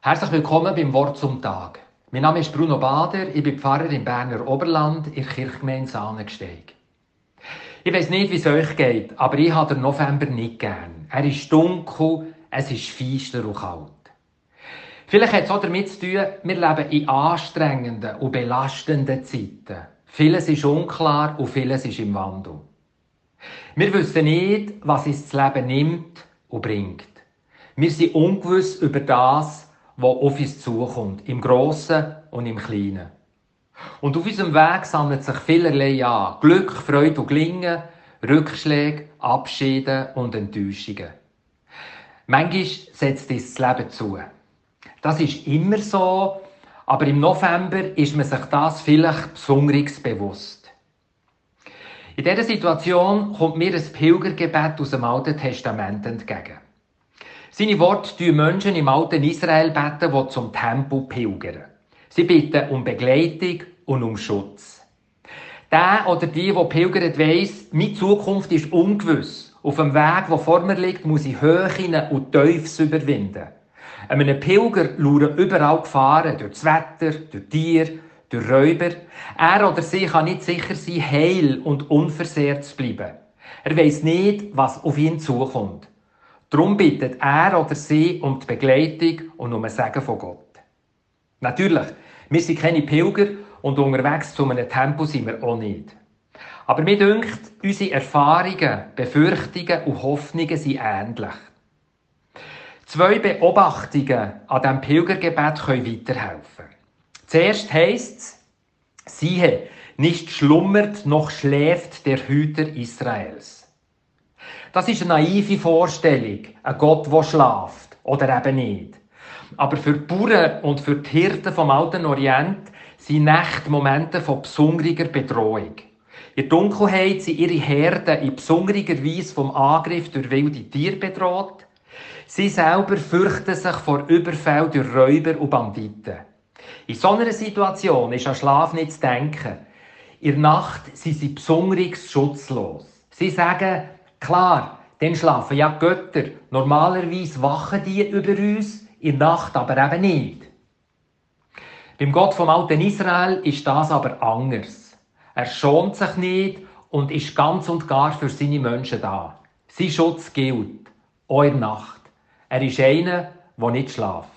Herzlich willkommen beim Wort zum Tag. Mein Name ist Bruno Bader, ich bin Pfarrer im Berner Oberland in der Kirchgemeinde Sahnengsteig. Ich weiss nicht, wie es euch geht, aber ich habe den November nicht gern. Er ist dunkel, es ist feister und kalt. Vielleicht hat es auch damit zu tun, wir leben in anstrengenden und belastenden Zeiten. Vieles ist unklar und vieles ist im Wandel. Wir wissen nicht, was uns das Leben nimmt und bringt. Wir sind ungewiss über das, was auf uns zukommt, im Grossen und im Kleinen. Und auf unserem Weg sammelt sich vielerlei an. Glück, Freude und Gelingen, Rückschläge, Abschiede und Enttäuschungen. Manchmal setzt uns das Leben zu. Das ist immer so, aber im November ist man sich das vielleicht besonders bewusst. In dieser Situation kommt mir ein Pilgergebet aus dem Alten Testament entgegen. Seine Worte tun Menschen im alten Israel beten, die zum Tempel pilgern. Sie bitten um Begleitung und um Schutz. Der oder die pilgert, weiss, meine Zukunft ist ungewiss. Auf dem Weg, der vor mir liegt, muss ich Höhen und Tiefs überwinden. Einem Pilger lauern überall Gefahren, durch das Wetter, durch Tiere, durch Räuber. Er oder sie kann nicht sicher sein, heil und unversehrt zu bleiben. Er weiss nicht, was auf ihn zukommt. Darum bittet er oder sie um die Begleitung und um ein Segen von Gott. Natürlich, wir sind keine Pilger und unterwegs zu einem Tempel sind wir auch nicht. Aber mir dünkt, unsere Erfahrungen, Befürchtungen und Hoffnungen sind ähnlich. 2 Beobachtungen an diesem Pilgergebet können weiterhelfen. Zuerst heisst es, siehe, nicht schlummert noch schläft der Hüter Israels. Das ist eine naive Vorstellung, ein Gott, der schläft, oder eben nicht. Aber für die Bauern und für die Hirten vom Alten Orient sind Nächte Momente von besonderer Bedrohung. In der Dunkelheit sind ihre Herden in besonderer Weise vom Angriff durch wilde Tiere bedroht. Sie selber fürchten sich vor Überfällen durch Räuber und Banditen. In so einer Situation ist an Schlaf nicht zu denken. In der Nacht sind sie besonders schutzlos. Sie sagen, klar, dann schlafen ja die Götter. Normalerweise wachen die über uns, in der Nacht aber eben nicht. Beim Gott vom alten Israel ist das aber anders. Er schont sich nicht und ist ganz und gar für seine Menschen da. Sein Schutz gilt, auch in der Nacht. Er ist einer, der nicht schläft.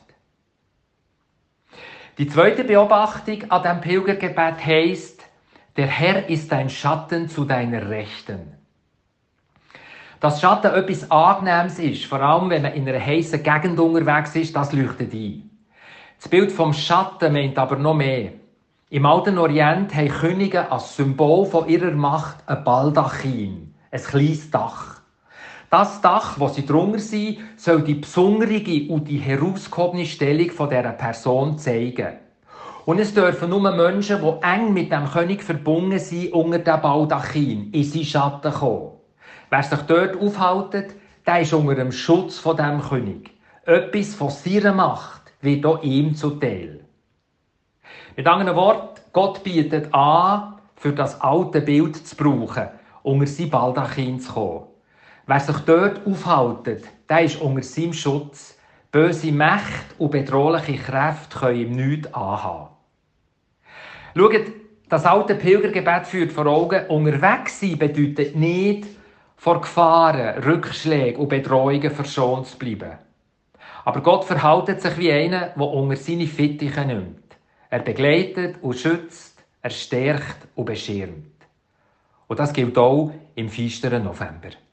Die zweite Beobachtung an diesem Pilgergebet heisst, der Herr ist ein Schatten zu deiner Rechten. Dass Schatten etwas Angenehmes ist, vor allem wenn man in einer heissen Gegend unterwegs ist, das leuchtet ein. Das Bild vom Schatten meint aber noch mehr. Im Alten Orient haben Könige als Symbol von ihrer Macht ein Baldachin, ein kleines Dach. Das Dach, das sie drunter sind, soll die besondere und die herausgehobene Stellung von dieser Person zeigen. Und es dürfen nur Menschen, die eng mit dem König verbunden sind, unter den Baldachin, in seinen Schatten kommen. Wer sich dort aufhält, der ist unter dem Schutz von dem König. Etwas von seiner Macht wird auch ihm zuteil. Mit anderen Worten, Gott bietet an, für das alte Bild zu brauchen, unter sein Baldachin zu kommen. Wer sich dort aufhält, der ist unter seinem Schutz. Böse Mächte und bedrohliche Kräfte können ihm nichts anhaben. Schaut, das alte Pilgergebet führt vor Augen, unterwegs sein bedeutet nicht, vor Gefahren, Rückschlägen und Bedrohungen verschont zu bleiben. Aber Gott verhält sich wie einer, der unter seine Fittiche nimmt. Er begleitet und schützt, er stärkt und beschirmt. Und das gilt auch im feisteren November.